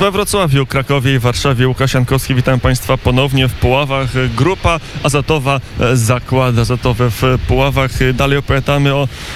We Wrocławiu, Krakowie i Warszawie Łukasz Jankowski. Witam Państwa ponownie w Puławach. Grupa azotowa, zakłady azotowe w Puławach. Dalej opowiadamy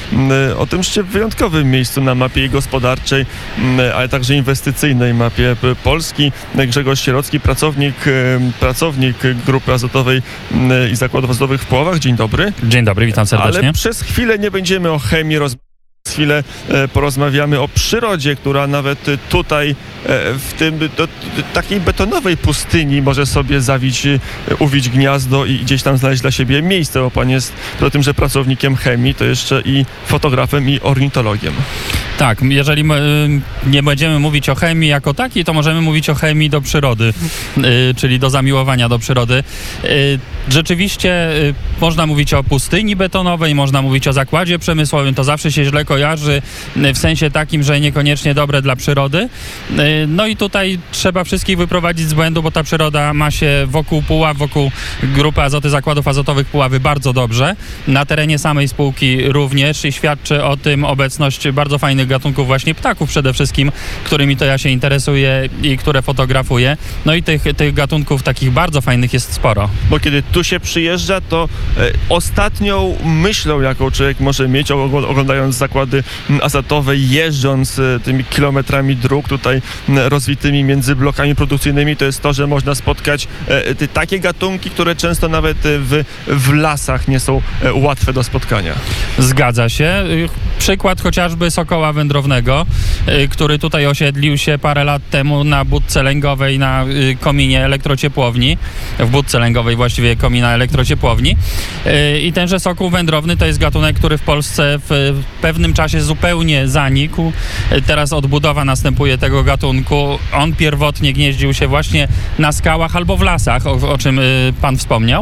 o tym wyjątkowym miejscu na mapie gospodarczej, ale także inwestycyjnej mapie Polski. Grzegorz Sierocki, pracownik Grupy Azotowej i Zakładów Azotowych w Puławach. Dzień dobry. Dzień dobry, witam serdecznie. Ale przez chwilę nie będziemy o chemii rozmawiać. Chwilę porozmawiamy o przyrodzie, która nawet tutaj w tym takiej betonowej pustyni może sobie uwić gniazdo i gdzieś tam znaleźć dla siebie miejsce, bo pan jest poza tym, że pracownikiem chemii, to jeszcze i fotografem i ornitologiem. Tak, jeżeli nie będziemy mówić o chemii jako takiej, to możemy mówić o chemii do przyrody, czyli do zamiłowania do przyrody. Rzeczywiście można mówić o pustyni betonowej, można mówić o zakładzie przemysłowym, to zawsze się źle kojarzy w sensie takim, że niekoniecznie dobre dla przyrody. No i tutaj trzeba wszystkich wyprowadzić z błędu, bo ta przyroda ma się wokół Puław, wokół Grupy Azoty Zakładów Azotowych Puławy bardzo dobrze. Na terenie samej spółki również i świadczy o tym obecność bardzo fajnych gatunków właśnie ptaków przede wszystkim, którymi to ja się interesuję i które fotografuję. No i tych gatunków takich bardzo fajnych jest sporo. Bo kiedy tu się przyjeżdża, to ostatnią myślą, jaką człowiek może mieć, oglądając zakłady azotowe, jeżdżąc tymi kilometrami dróg tutaj rozwitymi między blokami produkcyjnymi, to jest to, że można spotkać takie gatunki, które często nawet w lasach nie są łatwe do spotkania. Zgadza się. Przykład chociażby sokoła wędrownego, który tutaj osiedlił się parę lat temu na budce lęgowej na kominie elektrociepłowni, w budce lęgowej właściwie komina elektrociepłowni. I tenże sokół wędrowny to jest gatunek, który w Polsce w pewnym czasie zupełnie zanikł. Teraz odbudowa następuje tego gatunku. On pierwotnie gnieździł się właśnie na skałach albo w lasach, o czym pan wspomniał.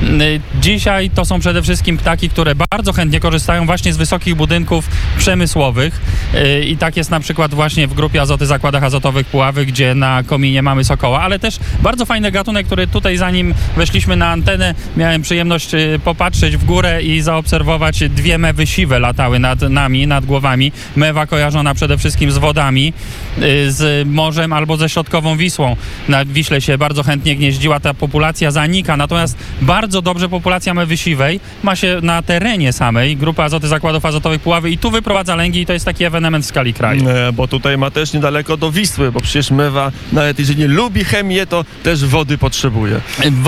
Dzisiaj to są przede wszystkim ptaki, które bardzo chętnie korzystają właśnie z wysokich budynków przemysłowych i tak jest na przykład właśnie w Grupie Azoty Zakładach Azotowych Puławy, gdzie na kominie mamy sokoła, ale też bardzo fajny gatunek, który tutaj zanim weszliśmy na antenę, miałem przyjemność popatrzeć w górę i zaobserwować dwie mewy siwe latały nad nami, nad głowami. Mewa kojarzona przede wszystkim z wodami, z morzem albo ze środkową Wisłą. Na Wiśle się bardzo chętnie gnieździła, ta populacja zanika, natomiast bardzo dobrze populacja mewy siwej ma się na terenie samej Grupy Azoty Zakładów Azotowych Puławy i tu wyprowadza lęgi i to jest taki ewenement w skali kraju. Bo tutaj ma też niedaleko do Wisły, bo przecież mewa, nawet jeżeli nie lubi chemię, to też wody potrzebuje.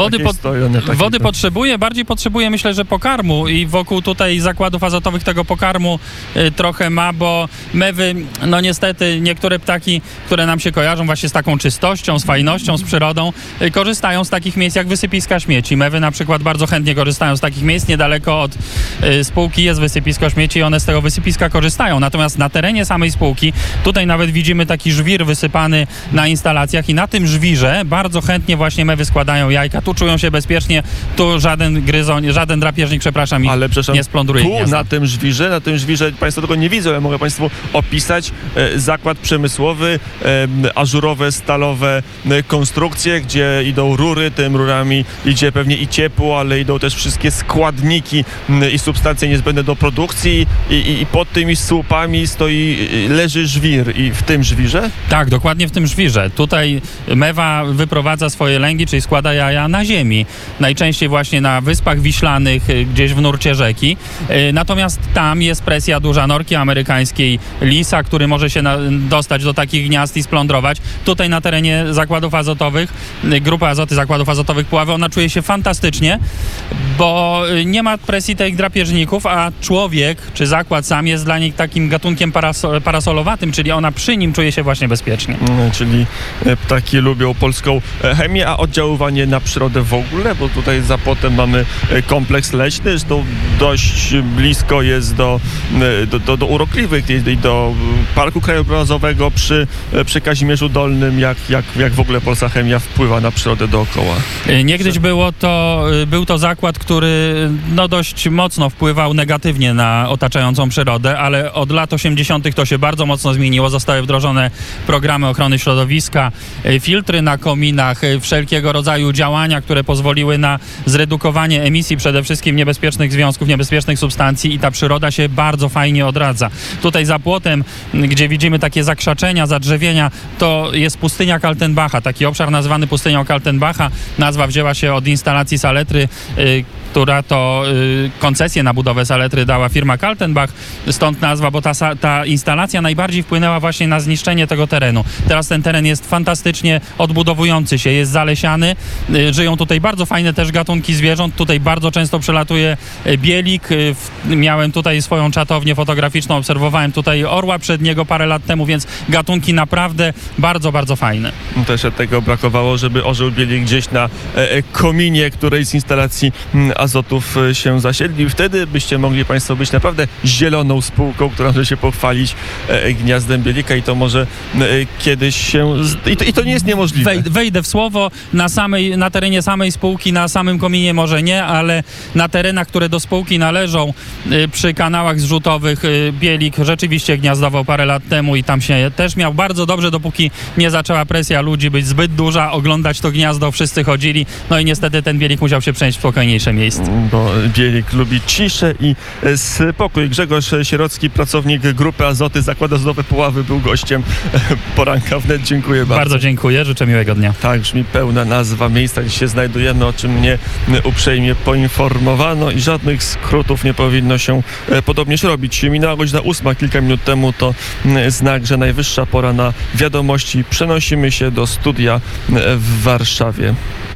Wody potrzebuje, bardziej potrzebuje myślę, że pokarmu i wokół tutaj zakładów azotowych tego pokarmu trochę ma, bo mewy, no niestety niektóre ptaki, które nam się kojarzą właśnie z taką czystością, z fajnością, z przyrodą, korzystają z takich miejsc jak wysypiska śmieci. Mewy na przykład bardzo chętnie korzystają z takich miejsc. Niedaleko od spółki jest wysypisko śmieci i one z tego wysypiska korzystają. Natomiast na terenie samej spółki, tutaj nawet widzimy taki żwir wysypany na instalacjach i na tym żwirze bardzo chętnie właśnie mewy składają jajka. Tu czują się bezpiecznie, tu żaden gryzoń, żaden drapieżnik, przepraszam, nie splądruje tu gniazda. na tym żwirze Państwo tego nie widzą, ale mogę Państwu opisać zakład przemysłowy, ażurowe, stalowe konstrukcje, gdzie idą rury, tym rurami idzie pewnie i ciepło, ale idą też wszystkie składniki i substancje niezbędne do produkcji i pod tymi słupami leży żwir i w tym żwirze? Tak, dokładnie w tym żwirze. Tutaj mewa wyprowadza swoje lęgi, czyli składa jaja na ziemi. Najczęściej właśnie na Wyspach Wiślanych, gdzieś w nurcie rzeki. Natomiast tam jest presja duża norki amerykańskiej, lisa, który może się dostać do takich gniazd i splądrować. Tutaj na terenie zakładów azotowych, Grupy Azoty Zakładów Azotowych Puławy, ona czuje się fantastycznie, bo nie ma presji tych drapieżników, a człowiek czy zakład sam jest dla nich takim gatunkiem parasolowatym, czyli ona przy nim czuje się właśnie bezpiecznie. Czyli ptaki lubią polską chemię, a oddziaływanie na przyrodę w ogóle, bo tutaj za płotem mamy kompleks leśny, zresztą dość blisko jest do urokliwych, i do Parku Krajobrazowego przy Kazimierzu Dolnym, jak w ogóle polska chemia wpływa na przyrodę dookoła. Niegdyś był to zakład, który dość mocno wpływał negatywnie na otaczającą przyrodę, ale od lat 80. to się bardzo mocno zmieniło. Zostały wdrożone programy ochrony środowiska, filtry na kominach, wszelkiego rodzaju działania, które pozwoliły na zredukowanie emisji przede wszystkim niebezpiecznych związków, niebezpiecznych substancji i ta przyroda się bardzo fajnie odradza. Tutaj za płotem, gdzie widzimy takie zakrzaczenia, zadrzewienia, to jest pustynia Kaltenbacha, taki obszar nazwany pustynią Kaltenbacha. Nazwa wzięła się od instalacji saletry, która to koncesję na budowę saletry dała firma Kaltenbach, stąd nazwa, bo ta instalacja najbardziej wpłynęła właśnie na zniszczenie tego terenu. Teraz ten teren jest fantastycznie odbudowujący się, jest zalesiany, żyją tutaj bardzo fajne też gatunki zwierząt, tutaj bardzo często przelatuje bielik, miałem tutaj swoją czatownię fotograficzną, obserwowałem tutaj orła przedniego parę lat temu, więc gatunki naprawdę bardzo, bardzo fajne. Też tego brakowało, żeby orzeł bielik gdzieś na kominie którejś z instalacji azotów się zasiedlił. Wtedy byście mogli państwo być naprawdę zieloną spółką, która może się pochwalić gniazdem bielika i to może kiedyś się... I to nie jest niemożliwe. Wejdę w słowo, na terenie samej spółki, na samym kominie może nie, ale na terenach, które do spółki należą, przy kanałach zrzutowych bielik rzeczywiście gniazdował parę lat temu i tam się też miał bardzo dobrze, dopóki nie zaczęła presja ludzi być zbyt duża, oglądać to gniazdo, wszyscy chodzili, no i niestety ten bielik musiał się przenieść w spokojniejsze miejsce. Bo bielik lubi ciszę i spokój. Grzegorz Sierocki, pracownik Grupy Azoty, Zakład Azotowy Puławy, był gościem Poranka Wnet. Dziękuję bardzo. Bardzo dziękuję, życzę miłego dnia. Tak brzmi pełna nazwa miejsca, gdzie się znajdujemy, o czym mnie uprzejmie poinformowano i żadnych skrótów nie powinno się podobnież robić. Minęła godzina 8, kilka minut temu, to znak, że najwyższa pora na wiadomości. Przenosimy się do studia w Warszawie.